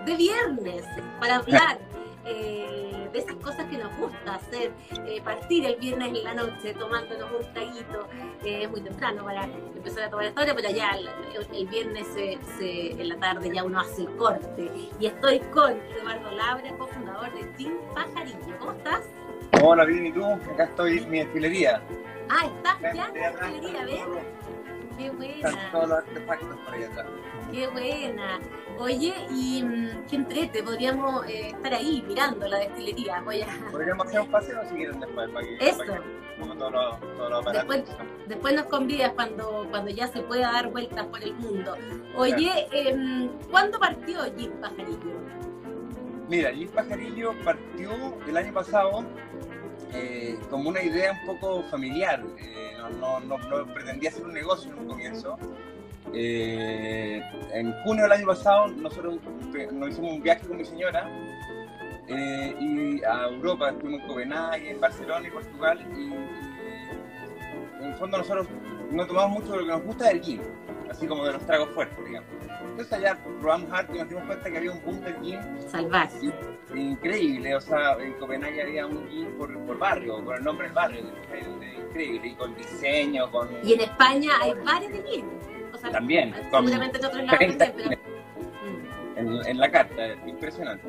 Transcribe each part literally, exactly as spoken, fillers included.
de viernes para hablar eh, de esas cosas que nos gusta hacer, eh, partir el viernes en la noche tomándonos un traguito, eh, es muy temprano para empezar a tomar esta hora, pero ya el, el viernes se, se, en la tarde ya uno hace el corte. Y estoy con Eduardo Labra, cofundador de Gin Pajarillo. ¿Cómo estás? Hola, bien, ¿y tú? Acá estoy en mi destilería. Ah, ¿estás ya en la destilería? ¿Ves? Qué buena. Están todos los artefactos por ahí atrás. Qué buena. Oye, y qué entrete, podríamos eh, estar ahí mirando la destilería. Voy a... Podríamos hacer un paseo si quieren después, para que, Eso. Para que como todos los, todos los aparatos. Después, después nos convidas cuando, cuando ya se pueda dar vueltas por el mundo. Oye, eh, ¿cuándo partió Gin Pajarillo? Mira, Gin Pajarillo partió el año pasado eh, como una idea un poco familiar. Eh, no, no, no, no pretendía hacer un negocio en un comienzo. Eh, en junio del año pasado nosotros nos hicimos un viaje con mi señora eh, y a Europa, estuvimos en Copenhague, en Barcelona y Portugal, y, y en el fondo nosotros no tomamos mucho de lo que nos gusta del gin, así como de los tragos fuertes, digamos. Entonces allá probamos harto y nos dimos cuenta que había un boom del gin salvaje, increíble. O sea, en Copenhague había un gin por, por barrio, por el nombre del barrio, increíble, y con diseño, con... Y en España hay bares de gin. O sea, también, seguramente en otros lados también, pero... en, en la carta, impresionante.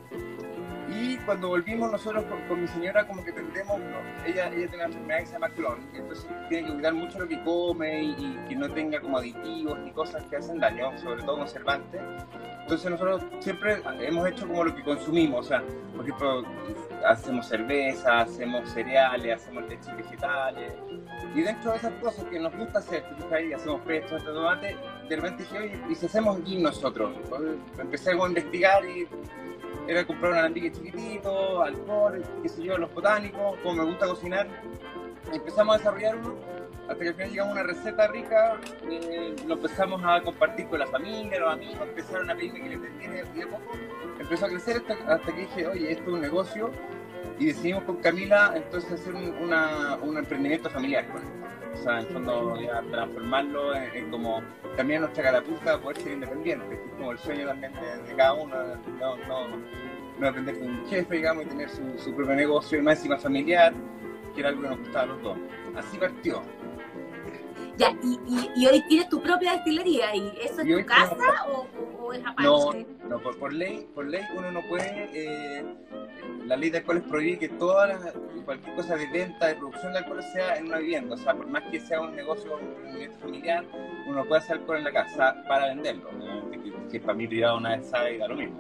Y cuando volvimos nosotros con, con mi señora, como que tendemos, ¿no? ella, ella tiene una enfermedad que se llama Crohn, entonces tiene que cuidar mucho lo que come y, y que no tenga como aditivos ni cosas que hacen daño, sobre todo conservantes. Entonces nosotros siempre hemos hecho como lo que consumimos, o sea, por ejemplo, hacemos cerveza, hacemos cereales, hacemos leches vegetales, y dentro de esas cosas que nos gusta hacer, ahí hacemos pestos de tomate, de repente dije, oye, ¿y si hacemos gin nosotros? Entonces, empecé a investigar y era comprar un alambique chiquitito, alcohol, qué sé yo, los botánicos, como me gusta cocinar. Empezamos a desarrollar uno, hasta que al final llegamos a una receta rica, eh, lo empezamos a compartir con la familia, los amigos, empezaron a pedirme que les vendiera y de poco empezó a crecer hasta, hasta que dije, oye, esto es un negocio, y decidimos con Camila entonces hacer un, una, un emprendimiento familiar con esto. O sea, en fondo ya transformarlo en, en como también nuestra catapulta a poder ser independiente, que es como el sueño también de, de cada uno, no, no, no depender de un jefe, digamos, y tener su, su propio negocio, y más encima familiar, que era algo que nos gustaba a los dos. Así partió. Ya, y, y, y hoy tienes tu propia destilería, ¿y eso es tu casa tengo... o, o es aparte? No, no por, por ley, por ley uno no puede, eh, la ley de alcohol es prohibir que toda la, cualquier cosa de venta, de producción de alcohol sea en una vivienda. O sea, por más que sea un negocio, un emprendimiento familiar, uno puede hacer alcohol en la casa para venderlo, ¿no? que, que para mí privado una vez sabe y da lo mismo.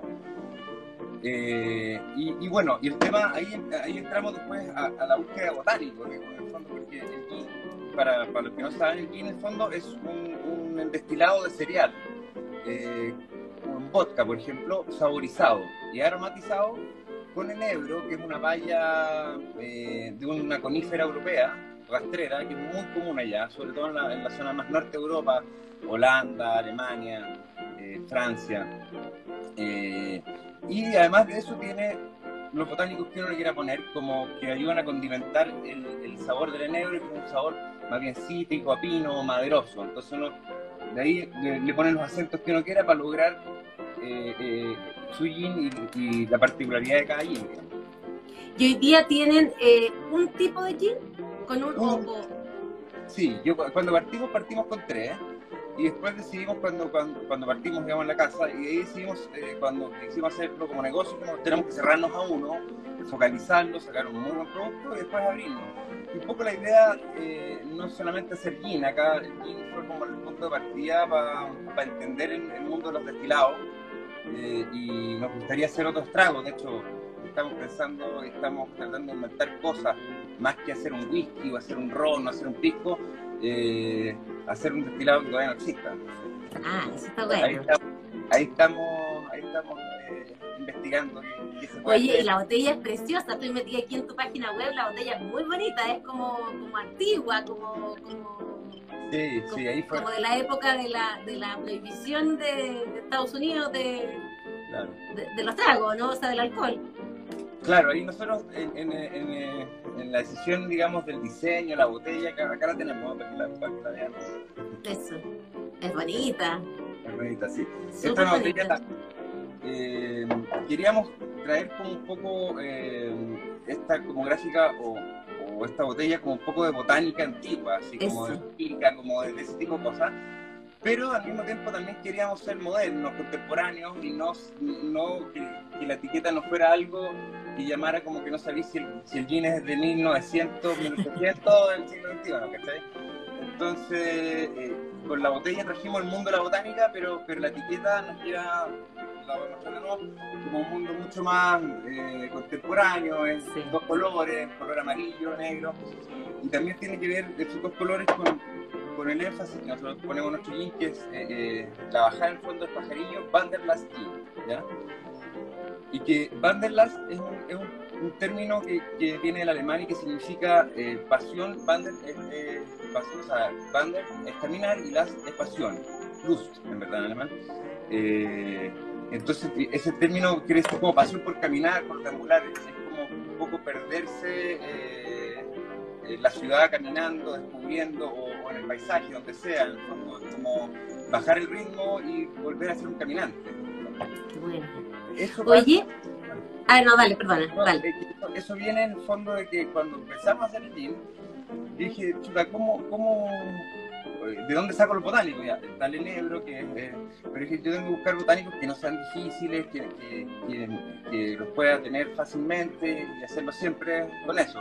Eh, y, y bueno, y el tema, ahí, ahí entramos después a, a la búsqueda de botánico, que en el fondo, porque el gin, para, para los que no saben, el gin en el fondo es un, un destilado de cereal, eh, un vodka, por ejemplo, saborizado y aromatizado con enebro, que es una baya eh, de una conífera europea, rastrera, que es muy común allá, sobre todo en la, en la zona más norte de Europa, Holanda, Alemania, eh, Francia. Eh, y además de eso tiene los botánicos que uno le quiera poner, como que ayudan a condimentar el, el sabor del enebro, que es un sabor más bien cítrico, a pino, maderoso. Entonces uno de ahí le, le pone los acentos que uno quiera para lograr eh, eh, su gin y, y la particularidad de cada gin. ¿Y hoy día tienen eh, un tipo de gin? ¿Con un uh, o, Sí, yo cuando partimos, partimos con tres, ¿eh? Y después decidimos cuando, cuando, cuando partimos, digamos, en la casa, y ahí decidimos, eh, cuando quisimos hacerlo como negocio, como tenemos que cerrarnos a uno, focalizarlo, sacar un muy buen producto y después abrirlo. Y un poco la idea, eh, no es solamente hacer gin, acá el gin fue como el punto de partida para pa entender el, el mundo de los destilados, eh, y nos gustaría hacer otros tragos. De hecho, estamos pensando, estamos tratando de inventar cosas, más que hacer un whisky o hacer un ron o hacer un pisco, eh, hacer un destilado que todavía no exista. Ah, eso está bueno. Ahí estamos, ahí estamos, ahí estamos eh, investigando qué, qué se puede Oye, hacer. Y la botella es preciosa, estoy metida aquí en tu página web, la botella es muy bonita, es como, como antigua, como, como, sí, como, sí, ahí fue. como de la época de la, de la prohibición de, de Estados Unidos de, claro. de, de los tragos, ¿no? O sea, del alcohol. Claro, ahí nosotros en, en, en, en la decisión, digamos, del diseño, la botella, acá, acá la tenemos, porque la, la, la veamos. Eso, es bonita. Es bonita, sí. Súper Esta es una bonita. botella, eh, queríamos traer como un poco eh, esta como gráfica o, o esta botella como un poco de botánica antigua, así como Eso. de química, como de, de ese tipo de cosas. Pero al mismo tiempo también queríamos ser modernos, contemporáneos y no, no que, que la etiqueta no fuera algo que llamara como que no sabía si el, si el gin es de mil novecientos, mil ochocientos, del siglo veintiuno, ¿cachai? Entonces, eh, con la botella trajimos el mundo de la botánica, pero, pero la etiqueta nos lleva, la tenemos como un mundo mucho más eh, contemporáneo, en Sí. dos colores, color amarillo, negro, y también tiene que ver de esos dos colores con, con el énfasis que nosotros ponemos en nuestro gin, que es eh, eh, trabajar en el fondo del pajarillo, Wanderlust Gin, ¿ya? Y que Wanderlust es un, es un, un término que, que viene del alemán y que significa eh, pasión. Wander es, eh, pasión, o sea, Wander es caminar y Lust es pasión, Lust en verdad en alemán. Eh, entonces ese término quiere decir como pasión por caminar, por deambular, es como un poco perderse eh, en la ciudad caminando, descubriendo, o, o en el paisaje, donde sea, en el fondo, como bajar el ritmo y volver a ser un caminante. Qué bueno. Eso Oye, pasa, ah, no, dale, perdona, no, dale. eso, eso viene en el fondo de que cuando empezamos a hacer el gin, dije, chuta, ¿cómo, cómo, ¿de dónde saco los botánicos? Ya, está el enebro, que eh, pero dije, yo tengo que buscar botánicos que no sean difíciles, que, que, que, que los pueda tener fácilmente y hacerlo siempre con eso.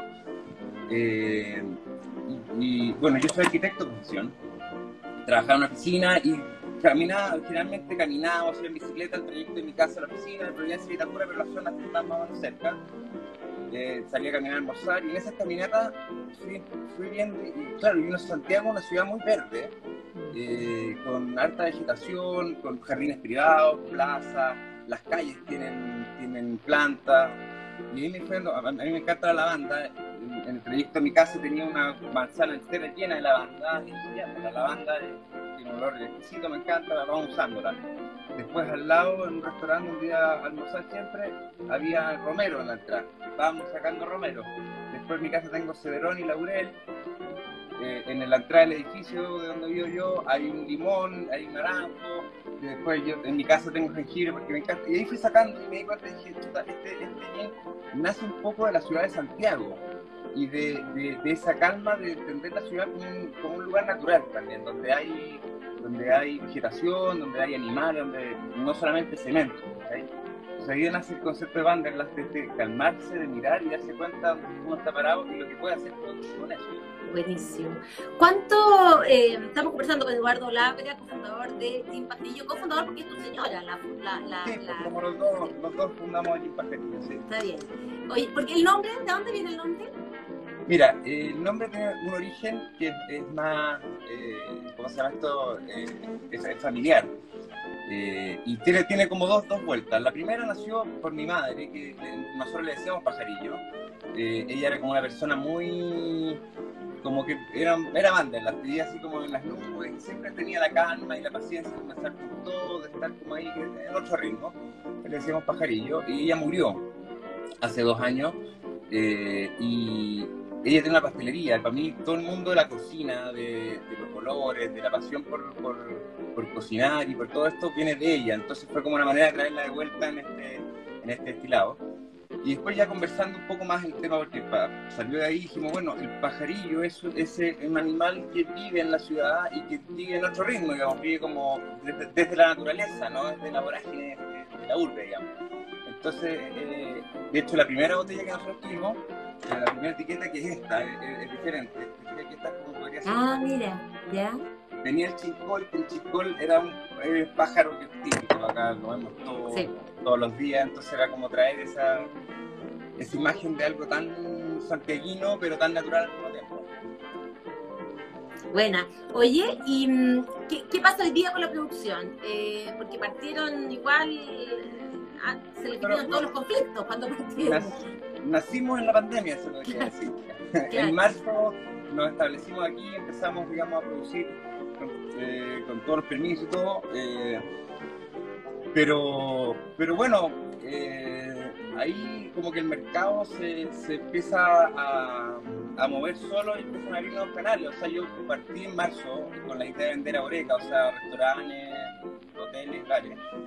Eh, y, y bueno, yo soy arquitecto de profesión, trabajaba en una oficina y caminaba, generalmente caminaba, o sea, en bicicleta el trayecto de mi casa a la oficina, de Providencia y Vitacura, pero las zonas que están más o menos cerca. Eh, salí a caminar a almorzar y en esas caminatas fui, fui viendo, y claro, vino Santiago, una ciudad muy verde, eh, con harta vegetación, con jardines privados, plazas, las calles tienen, tienen plantas, y ahí me fue, a, a mí me encanta la lavanda. En, en el trayecto a mi casa tenía una manzana entera llena de lavanda, y dije, ya, pues la lavanda es, tiene un olor exquisito, me encanta, vamos usándola. Después al lado, en un restaurante, un día a almorzar siempre, había romero en la entrada. Estábamos sacando romero. Después en mi casa tengo cederón y laurel. Eh, en la entrada del edificio de donde vivo yo hay un limón, hay un naranjo. Y después yo en mi casa tengo jengibre porque me encanta. Y ahí fui sacando y me di cuenta y dije, chuta, este, este gin nace un poco de la ciudad de Santiago y de, de, de esa calma de entender la ciudad como un, como un lugar natural también, donde hay donde hay vegetación, donde hay animales, donde no solamente cemento, ¿okay? O sea, ahí nace el concepto de Wanderlust, de calmarse, de mirar y darse cuenta de dónde uno está parado y lo que puede hacer con, con eso. Buenísimo. ¿Cuánto? Eh, estamos conversando con Eduardo Labra, cofundador de Gin Pajarillo, cofundador porque es tu señora, la... la, la, sí, la... como los dos, los dos fundamos Gin Pajarillo, sí. Está bien. Oye, ¿porque el nombre? ¿De dónde viene el nombre? Mira, eh, el nombre tiene un origen que es, es más, eh, ¿cómo se llama esto? Eh, es, es familiar. Eh, y tiene, tiene como dos, dos vueltas. La primera nació por mi madre, que eh, nosotros le decíamos Pajarillo. Eh, ella era como una persona muy... como que era, era Wanderlust, vivía así como en las nubes, siempre tenía la calma y la paciencia de conversar con todo, de estar como ahí en otro ritmo. Le decíamos Pajarillo, y ella murió hace dos años. Eh, y ella tiene una pastelería. Para mí todo el mundo de la cocina, de, de los colores, de la pasión por, por, por cocinar y por todo esto viene de ella. Entonces fue como una manera de traerla de vuelta en este, en este destilado. Y después ya conversando un poco más el tema, porque pa, salió de ahí y dijimos, bueno, el pajarillo es ese un animal que vive en la ciudad y que vive en otro ritmo, digamos, vive como desde, desde la naturaleza, ¿no? Desde la vorágine de, de la urbe, digamos. Entonces, eh, de hecho, la primera botella que nosotros tuvimos, la primera etiqueta que es esta, es, es diferente. Esta etiqueta como podría ser. Ah, mira, ya. Tenía el chincol, que el chincol era un eh, pájaro que es típico, acá lo vemos todo, sí. todos los días, entonces era como traer esa, esa imagen de algo tan santiaguino, pero tan natural al mismo tiempo. Buena. Oye, ¿y qué, qué pasa hoy día con la producción? Eh, porque partieron igual, ah, se le quitaron todos los conflictos cuando partieron. Nac, nacimos en la pandemia, se lo quería decir. Claro. En marzo nos establecimos aquí, empezamos, digamos, a producir con, eh, con todos los permisos y todo. Eh, pero, pero bueno, eh, ahí como que el mercado se, se empieza a, a mover solo y empiezan a abrir nuevos canales. O sea, yo partí en marzo con la idea de vender a Oreca, o sea, restaurantes, hoteles, bares.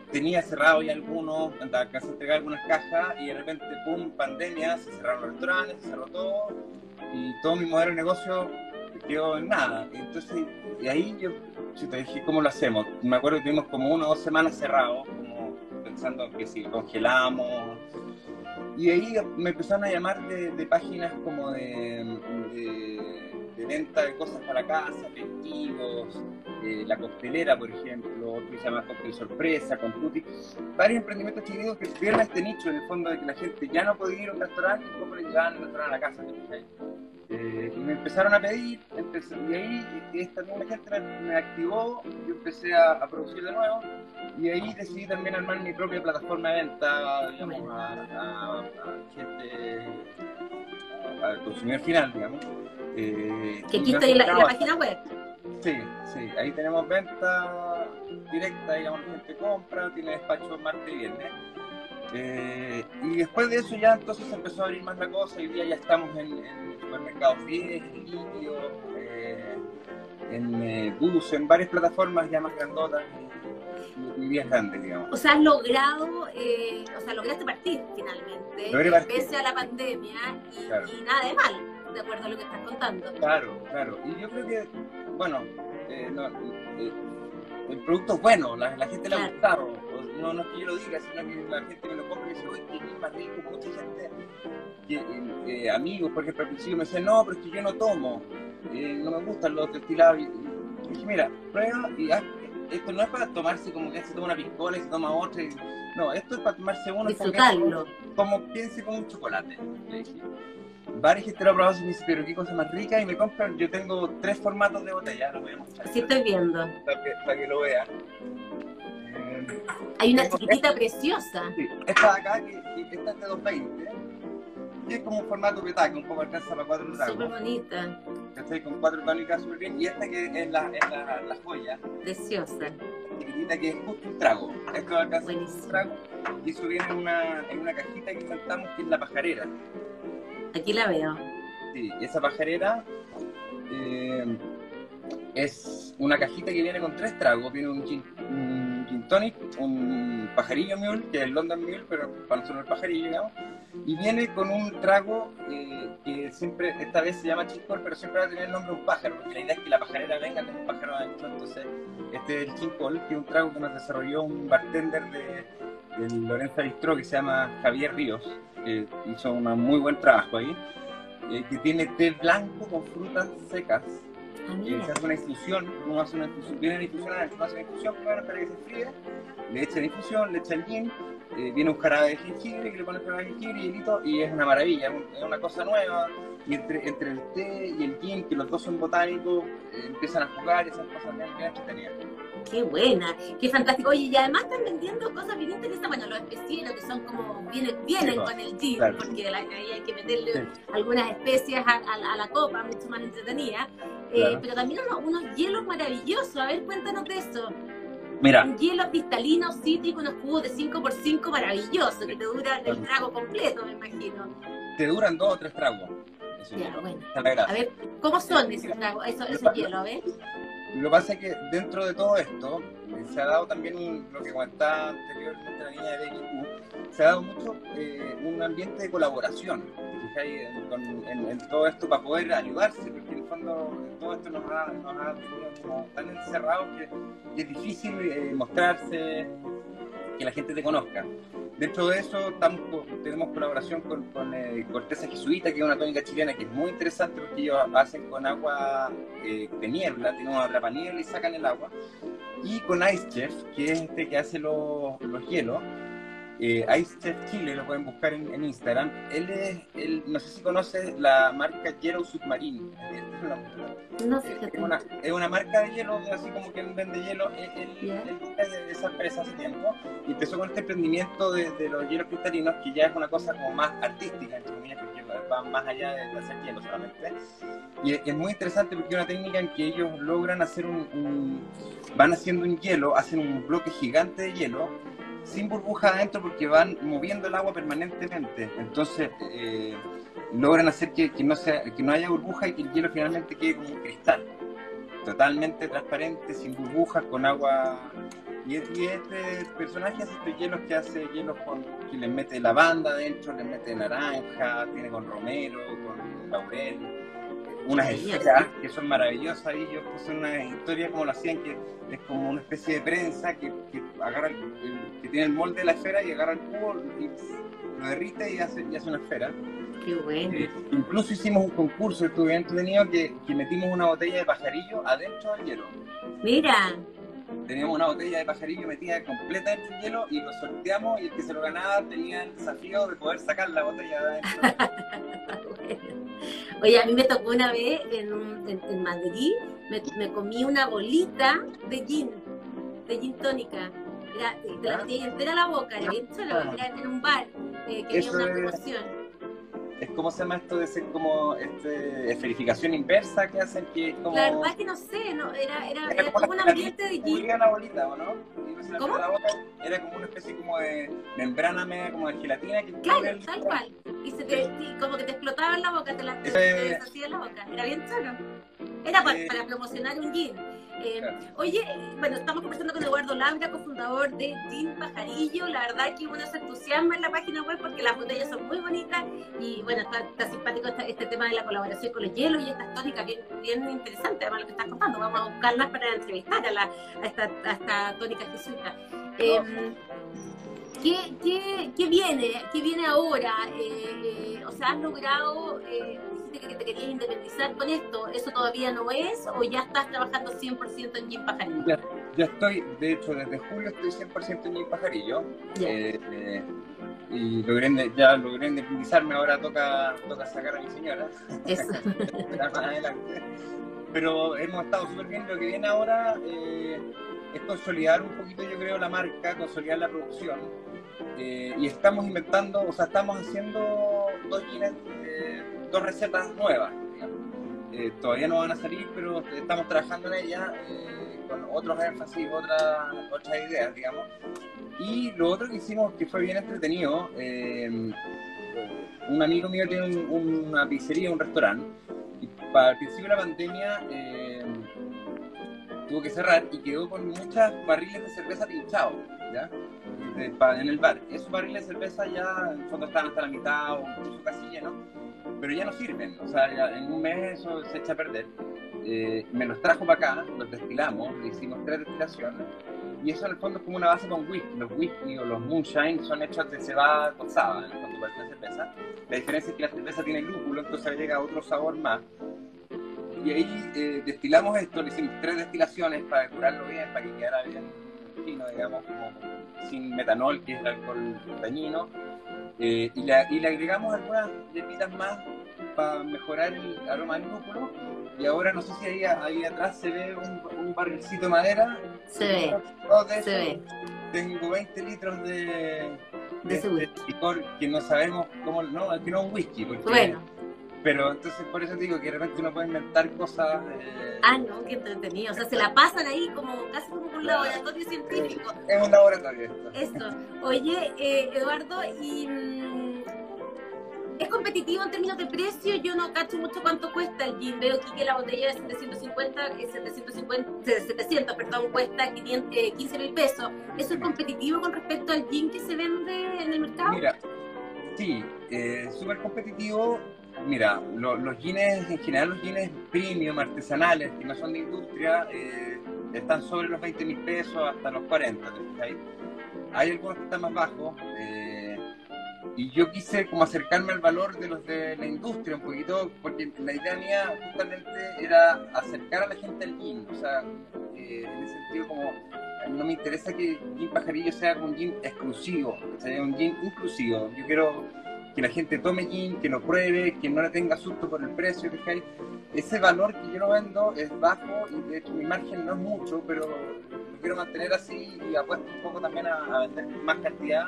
tenía cerrado ya algunos, alcancé a entregar algunas cajas y de repente, pum, pandemia, se cerraron los restaurantes, se cerró todo y todo mi modelo de negocio quedó en nada. Entonces, y ahí yo si te dije, ¿cómo lo hacemos? Me acuerdo que tuvimos como una o dos semanas cerrados, como pensando que si congelamos. Y ahí me empezaron a llamar de, de páginas como de, de, de venta de cosas para la casa, aperitivos, eh, la coctelera, por ejemplo, otro que se llama Cóctel Sorpresa, con tutti. Varios emprendimientos chiquitos que tuvieron este nicho, en el fondo, de que la gente ya no podía ir a un restaurante y cómo le llegaban el restaurante a la casa. Eh, y me empezaron a pedir, empecé, y ahí esta misma gente me, me activó, yo empecé a, a producir de nuevo, y ahí decidí también armar mi propia plataforma de venta, digamos, a, a, a gente, al consumidor final, digamos. Eh, que aquí está en la, la página web. Sí, sí, ahí tenemos venta directa, digamos, la gente compra, tiene despacho martes y viernes. Eh, y después de eso ya entonces se empezó a abrir más la cosa y hoy día ya estamos en, en supermercados Fides, en Litio, eh, en eh, Bus, en varias plataformas ya más grandotas y, y bien grandes, digamos. O sea, has logrado, eh, o sea, lograste partir finalmente, Logré partir. Pese a la pandemia y, claro. y nada de mal, de acuerdo a lo que estás contando. Claro, claro. Y yo creo que, bueno, eh, no, eh, el producto es bueno, la, la gente claro. le ha gustado. No, no es que yo lo diga, sino que la gente me lo compra y dice, uy, que es más rico. Mucha gente, que, eh, eh, amigos, por ejemplo, al principio me decían, no, pero es que yo no tomo, eh, no me gustan los destilados. Y, y dije, mira, prueba y haz, esto no es para tomarse como que se toma una piscola y se toma otra. Y, no, esto es para tomarse uno. Disfrutarlo. Como piense como un chocolate, le dije. Varias gente lo ha probado y me dice, pero qué cosa más rica, y me compran, yo tengo tres formatos de botella, lo voy a mostrar. Sí, estoy viendo. Para que, para que lo vean. Hay una chiquitita esta, preciosa. Sí, esta de acá, que, que esta es de dos veinte, y es como un formato petaca, un poco alcanza para cuatro tragos. Súper bonita. Estoy con cuatro tónicas súper bien, y esta que es la, es la, la joya. Preciosa. Chiquitita que es justo un trago. Esto alcanza buenísimo. Un trago, y eso viene en una, en una cajita que inventamos que es la pajarera. Aquí la veo. Sí, esa pajarera eh, es una cajita que viene con tres tragos. Viene un gin, un gin tonic, un pajarillo mule, que es el London Mule, pero para nosotros el pajarillo, digamos. Y viene con un trago eh, que siempre, esta vez se llama chincol, pero siempre va a tener el nombre de un pájaro, porque la idea es que la pajarera venga con un pájaro adentro. Entonces, este es el chincol, que es un trago que nos desarrolló un bartender de, de Lorenza Bistro que se llama Javier Ríos, que hizo un muy buen trabajo ahí, eh, que tiene té blanco con frutas secas. Eh, se hace una infusión, uno hace una infusión, viene la infusión, uno hace una infusión primero para que se enfríe, le echa la infusión, le echa el gin, eh, viene un jarabe de jengibre, que le pone jarabe de jengibre y hielito, y es una maravilla, es, un, es una cosa nueva, y entre, entre el té y el gin, que los dos son botánicos, eh, empiezan a jugar y esas cosas bien, bien entretenidas. Qué buena, qué fantástico. Oye, y además están vendiendo cosas bien interesantes. Bueno, los especieros que son como, vienen, vienen sí, con el gin, claro. Porque la, ahí hay que meterle sí. algunas especias a, a, a la copa, mucho más entretenida. Eh, claro. Pero también unos, unos hielos maravillosos. A ver, cuéntanos de eso. Mira. Un hielo cristalino, cítrico, unos cubos de cinco por cinco maravilloso, que te dura el trago completo, me imagino. Te duran dos o tres tragos. Ya, bueno. A ver, ¿cómo son esos tragos, esos, esos hielos? A ver. Lo que pasa es que dentro de todo esto se ha dado también un, lo que comentaba anteriormente la niña de Becky Q, se ha dado mucho eh, un ambiente de colaboración en, con, en, en todo esto para poder ayudarse, porque en el fondo todo esto nos ha, nos ha tenido como tan encerrados que, que es difícil eh, mostrarse, que la gente te conozca. Dentro de eso estamos, tenemos colaboración con, con eh, Corteza Jesuita, que es una tónica chilena que es muy interesante porque ellos hacen con agua eh, de niebla, tienen una atrapaniebla y sacan el agua. Y con Ice Chef, que es este que hace los, los hielos, eh, Ice Chef Chile, lo pueden buscar en, en Instagram. Él es, él, no sé si conoces la marca Yellow Submarine. No, fíjate. Es una, es una marca de hielo, así como que él vende hielo. Él, yeah. él es de esa empresa hace tiempo y empezó con este emprendimiento de, de los hielos cristalinos, que ya es una cosa como más artística, entre comillas, porque va más allá de hacer hielo solamente. Y es, es muy interesante porque es una técnica en que ellos logran hacer un, un van haciendo un hielo, hacen un bloque gigante de hielo sin burbuja adentro porque van moviendo el agua permanentemente. Entonces eh, logran hacer que, que, no sea, que no haya burbuja y que el hielo finalmente quede como un cristal, totalmente transparente, sin burbujas, con agua. Y, y este personaje hace estos hielos que hace hielos con, que le mete lavanda adentro, le mete naranja, tiene con romero, con laurel, unas esferas que son maravillosas. Y yo puse una historia como lo hacían, que es como una especie de prensa que, que agarra el, el, que tiene el molde de la esfera y agarra el cubo y lo derrite y hace, y hace una esfera. Qué bueno. Eh, incluso hicimos un concurso, estuve bien entretenido, que, que metimos una botella de pajarillo adentro del hielo. Mira. Teníamos una botella de pajarillo metida completa dentro del hielo y lo sorteamos, y el que se lo ganaba tenía el desafío de poder sacar la botella de adentro. Oye, a mí me tocó una vez en, un, en, en Madrid, me, me comí una bolita de gin, de gin tónica. Era, te la metí entera a la boca, era bien chulo, era en un bar, eh, que había una promoción. Es como se llama esto de ser como este, esferificación inversa que hacen, que como... La verdad es que no sé, no, era, era, era, era como un ambiente de gin. La bolita, ¿o no? ¿Cómo? La boca, era como una especie como de membrana media, como de gelatina. Que claro, el... tal cual. Y, se te, y como que te explotaba en la boca, te, la, te, te deshacía en la boca. Era bien chulo. Era para, eh... para promocionar un gin. Eh, claro. Oye, bueno, estamos conversando con Eduardo Labra, cofundador de Gin Pajarillo. La verdad que uno se entusiasma en la página web porque las botellas son muy bonitas y bueno, está, está simpático este, este tema de la colaboración con los hielos y estas tónicas bien, bien interesante, además lo que estás contando. Vamos a buscarlas para entrevistar a, la, a, esta, a esta tónica jesuita. Eh, ¿qué, qué, ¿Qué viene? ¿Qué viene ahora? Eh, eh, o sea, ¿has logrado... Eh, que te querías independizar con esto? ¿Eso todavía no es o ya estás trabajando cien por ciento en Gin Pajarillo? Ya, ya estoy, de hecho desde julio estoy cien por ciento en Gin Pajarillo. Eh, eh, y logré, ya logré independizarme, ahora toca, toca sacar a mi señora. Eso. Más adelante. Pero hemos estado súper bien. Lo que viene ahora eh, es consolidar un poquito, yo creo, la marca, consolidar la producción. Eh, y estamos inventando, o sea, estamos haciendo dos gines, eh, dos recetas nuevas, digamos. Eh, todavía no van a salir, pero estamos trabajando en ellas eh, con otros énfasis, otras, otras ideas, digamos. Y lo otro que hicimos, que fue bien entretenido, eh, un amigo mío tiene un, una pizzería, un restaurante, y para el principio de la pandemia eh, tuvo que cerrar y quedó con muchas barriles de cerveza pinchados, ¿ya? En el bar. Esos barriles de cerveza ya en el fondo están hasta la mitad o incluso casi llenos, pero ya no sirven, o sea, ya en un mes eso se echa a perder. Eh, me los trajo para acá, los destilamos, le hicimos tres destilaciones, y eso en el fondo es como una base con whisky. Los whisky o los moonshine son hechos de cebada tostada, en el fondo, para la cerveza. La diferencia es que la cerveza tiene lúpulo, entonces llega otro sabor más. Y ahí eh, destilamos esto, le hicimos tres destilaciones para curarlo bien, para que quedara bien fino, digamos, como sin metanol, que es el alcohol dañino. Eh, y, le, y le agregamos algunas hierbitas más para mejorar el aroma del lúpulo. Y ahora no sé si ahí, ahí atrás se ve un, un barrilcito de madera. Se ve. De se ve. Tengo veinte litros de, de, de ese este licor que no sabemos cómo, no, que no es un whisky. Porque, bueno. Pero entonces por eso digo que de repente uno puede inventar cosas. Eh, ah, no, qué entretenido. O sea, se la pasan ahí como casi como un laboratorio científico. Es un laboratorio esto. Eso. Oye, eh, Eduardo, y mmm, ¿es competitivo en términos de precio? Yo no cacho mucho cuánto cuesta el gin. Veo aquí que la botella de setecientos cincuenta, setecientos cincuenta, setecientos, perdón, cuesta quince mil pesos. ¿Eso es competitivo con respecto al gin que se vende en el mercado? Mira, sí, eh, súper competitivo. Mira, lo, los gines, en general los gines premium, artesanales, que no son de industria, eh, están sobre los veinte mil pesos hasta los cuarenta, ¿sí? Hay algunos que están más bajos, eh, y yo quise como acercarme al valor de los de la industria un poquito, porque la idea mía justamente era acercar a la gente al gin, o sea, eh, en ese sentido como no me interesa que Gin Pajarillo sea un gin exclusivo, o sea, un gin inclusivo. Yo quiero que la gente tome gin, que lo pruebe, que no le tenga susto por el precio, ¿sí? Ese valor que yo lo vendo es bajo y de hecho mi margen no es mucho, pero lo quiero mantener así y apuesto un poco también a, a vender más cantidad,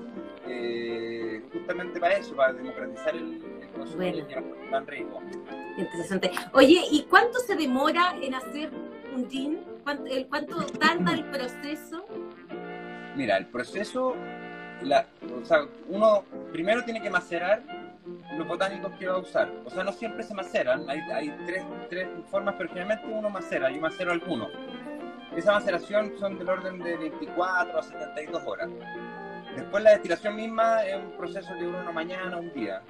eh, justamente para eso, para democratizar el, el consumo, bueno, y que no es tan rico. Interesante. Oye, ¿y cuánto se demora en hacer un gin? ¿Cuánto, el, cuánto tarda el proceso? Mira, el proceso... La, o sea, uno primero tiene que macerar los botánicos que va a usar. O sea, no siempre se maceran, hay, hay tres, tres formas, pero generalmente uno macera, yo macero algunos. esa maceración son del orden de veinticuatro a setenta y dos horas. Después la destilación misma es un proceso que dura una mañana, un día.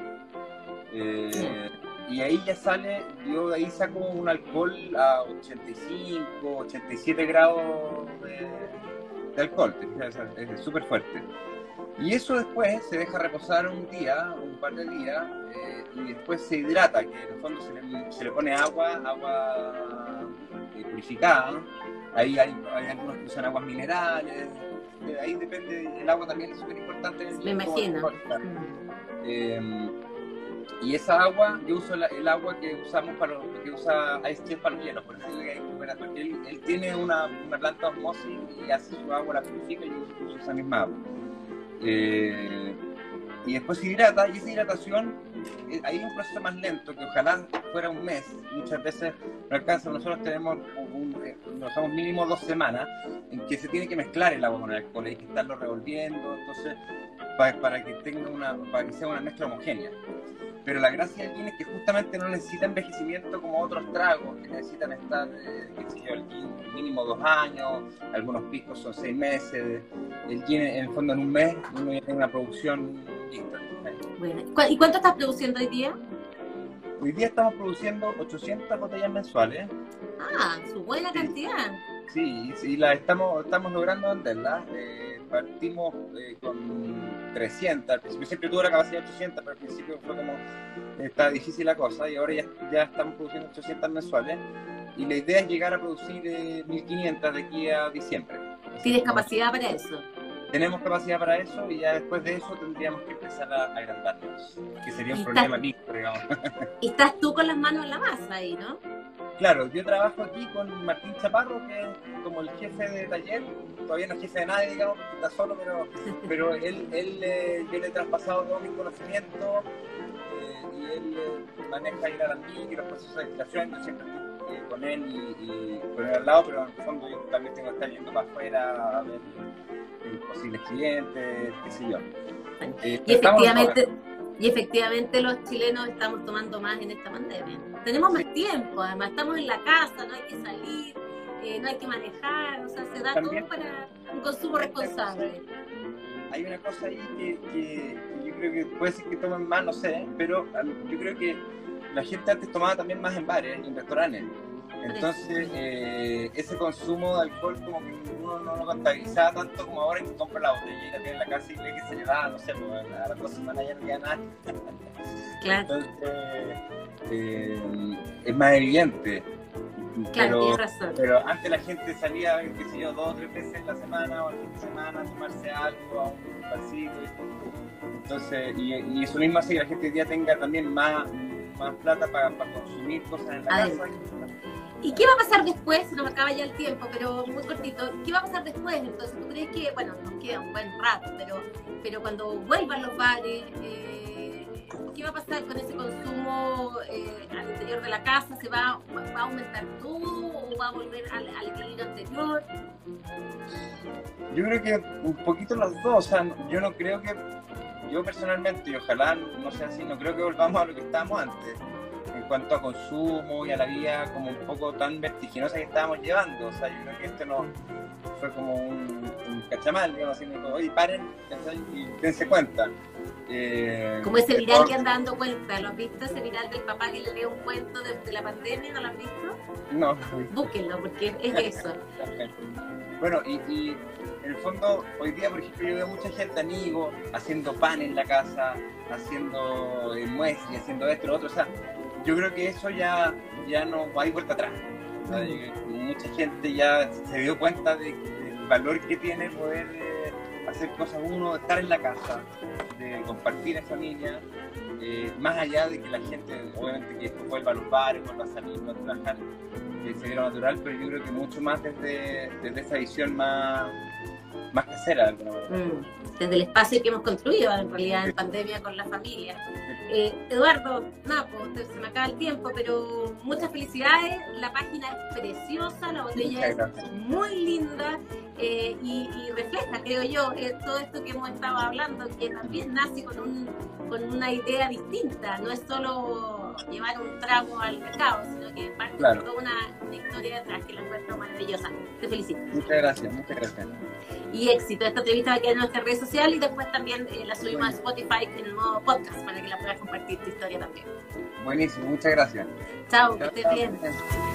Eh, y ahí ya sale, yo de ahí saco un alcohol a ochenta y cinco, ochenta y siete grados de, de alcohol, es súper fuerte. Y eso después se deja reposar un día, un par de días, eh, y después se hidrata, que en el fondo se le, se le pone agua, agua eh, purificada. Ahí hay, hay algunos que usan aguas minerales, de ahí depende, el agua también es súper importante. Me imagino. Eh, y esa agua, yo uso la, el agua que usamos para los, que usa Ice Chef para los hielos, por eso digo que hay que, porque él, él tiene una, una planta de osmosis y hace su agua, la purifica y yo uso esa misma agua. Eh, y después se hidrata, y esa hidratación, eh, ahí hay un proceso más lento, que ojalá fuera un mes, muchas veces no alcanza. Nosotros tenemos, un, eh, nos usamos mínimo dos semanas, en que se tiene que mezclar el agua con el alcohol, hay que estarlo revolviendo, entonces, para, para que tenga una, para que sea una mezcla homogénea. Pero la gracia del gin es que justamente no necesita envejecimiento como otros tragos, que necesitan estar, eh, qué sé yo, el gin mínimo dos años, algunos piscos son seis meses, el gin en el fondo en un mes uno ya tiene una producción lista. Bueno, ¿y cuánto estás produciendo hoy día? Hoy día estamos produciendo ochocientas botellas mensuales. Ah, su buena Sí. cantidad. Sí, y la estamos, estamos logrando venderla. Eh, partimos eh, con trescientas, al principio siempre tuve la capacidad de ochocientas, pero al principio fue como, eh, está difícil la cosa, y ahora ya, ya estamos produciendo ochocientas mensuales, y la idea es llegar a producir eh, mil quinientas de aquí a diciembre. ¿Tienes capacidad para eso? Tenemos capacidad para eso, y ya después de eso tendríamos que empezar a agrandarnos, que sería un Y problema está- mixto, digamos. Y estás tú con las manos en la masa ahí, ¿no? Claro, yo trabajo aquí con Martín Chaparro, que es como el jefe de taller, todavía no es jefe de nadie, digamos, porque está solo, pero, pero él, él eh, yo le he traspasado todos mis conocimientos, eh, y él eh, maneja ir a la MIC y los procesos de destilación. Yo siempre estoy eh, con él y, y con él al lado, pero en el fondo yo también tengo que estar yendo para afuera a ver eh, posibles clientes, qué sé yo. Eh, Y estamos efectivamente, y efectivamente los chilenos estamos tomando más en esta pandemia. Tenemos más tiempo, además estamos en la casa, no hay que salir, eh, no hay que manejar, o sea, se da También- todo para un consumo responsable. Hay una cosa ahí que, que yo creo que puede ser que tomen más, no sé, pero um, yo creo que la gente antes tomaba también más en bares y en restaurantes. Entonces, eh, ese consumo de alcohol como que uno no lo contabilizaba tanto como ahora, que compra la botella y la tiene en la casa y ve que se le va, no sé, pues, a las dos semanas ya no queda nada. Claro, Entonces, eh, es más evidente. claro, Pero, tienes razón. pero antes la gente salía, qué sé yo, dos o tres veces en la semana o el fin de semana a tomarse algo, a un barcito. Entonces, y, y eso mismo hace que la gente hoy día tenga también más, más plata para, para consumir cosas en la Además. casa. ¿Y qué va a pasar después? Se nos acaba ya el tiempo, pero muy cortito. ¿Qué va a pasar después? Entonces, ¿tú crees que, bueno, nos queda un buen rato, pero, pero cuando vuelvan los bares, eh, ¿qué va a pasar con ese consumo eh, al interior de la casa? ¿Se va, va a aumentar todo o va a volver al, al equilibrio anterior? Yo creo que un poquito los dos, o sea, yo no creo que, yo personalmente, y ojalá no sea así, no creo que volvamos a lo que estábamos antes, en cuanto a consumo y a la vida como un poco tan vertiginosa que estábamos llevando. O sea, yo creo que esto no fue como un, un cachamal, digamos así, como, oye, paren, ¿cachai? Y dense cuenta. Eh, Como ese viral mejor- que anda dando cuenta, ¿lo has visto? Ese viral del papá que le lee un cuento de, de la pandemia, ¿no lo has visto? No, Búsquenlo, porque es eso. bueno, y, y en el fondo, hoy día, por ejemplo, yo veo mucha gente, amigos, haciendo pan en la casa, haciendo eh, muesli, haciendo esto, lo otro. O sea, yo creo que eso ya, ya no hay vuelta atrás. O sea, yo- mucha gente ya se dio cuenta de- del valor que tiene poder eh, hacer cosas uno, estar en la casa, de compartir en familia, eh, más allá de que la gente, obviamente, que después vuelva a los bares, vuelva a salir, vuelva a trabajar, que se viera natural, pero yo creo que mucho más desde, desde esa visión más, más casera, de alguna manera. Mm, desde el espacio que hemos construido en realidad en pandemia con la familia. Eh, Eduardo, nada, pues, se me acaba el tiempo, pero muchas felicidades. La página es preciosa, la botella Muchas es gracias. muy linda eh, y, y refleja, creo yo, eh, todo esto que hemos estado hablando, que también nace con, un, con una idea distinta. No es solo solo llevar un trago al mercado, sino que parte Claro. de toda una, una historia detrás que la encuentro maravillosa. Te felicito. Muchas gracias, muchas gracias. Y éxito. Esta entrevista va a quedar en nuestras redes sociales y después también eh, la subimos a Spotify en el modo podcast para que la puedas compartir tu historia también. Buenísimo, muchas gracias. Chao, que Chao, estés chao. bien.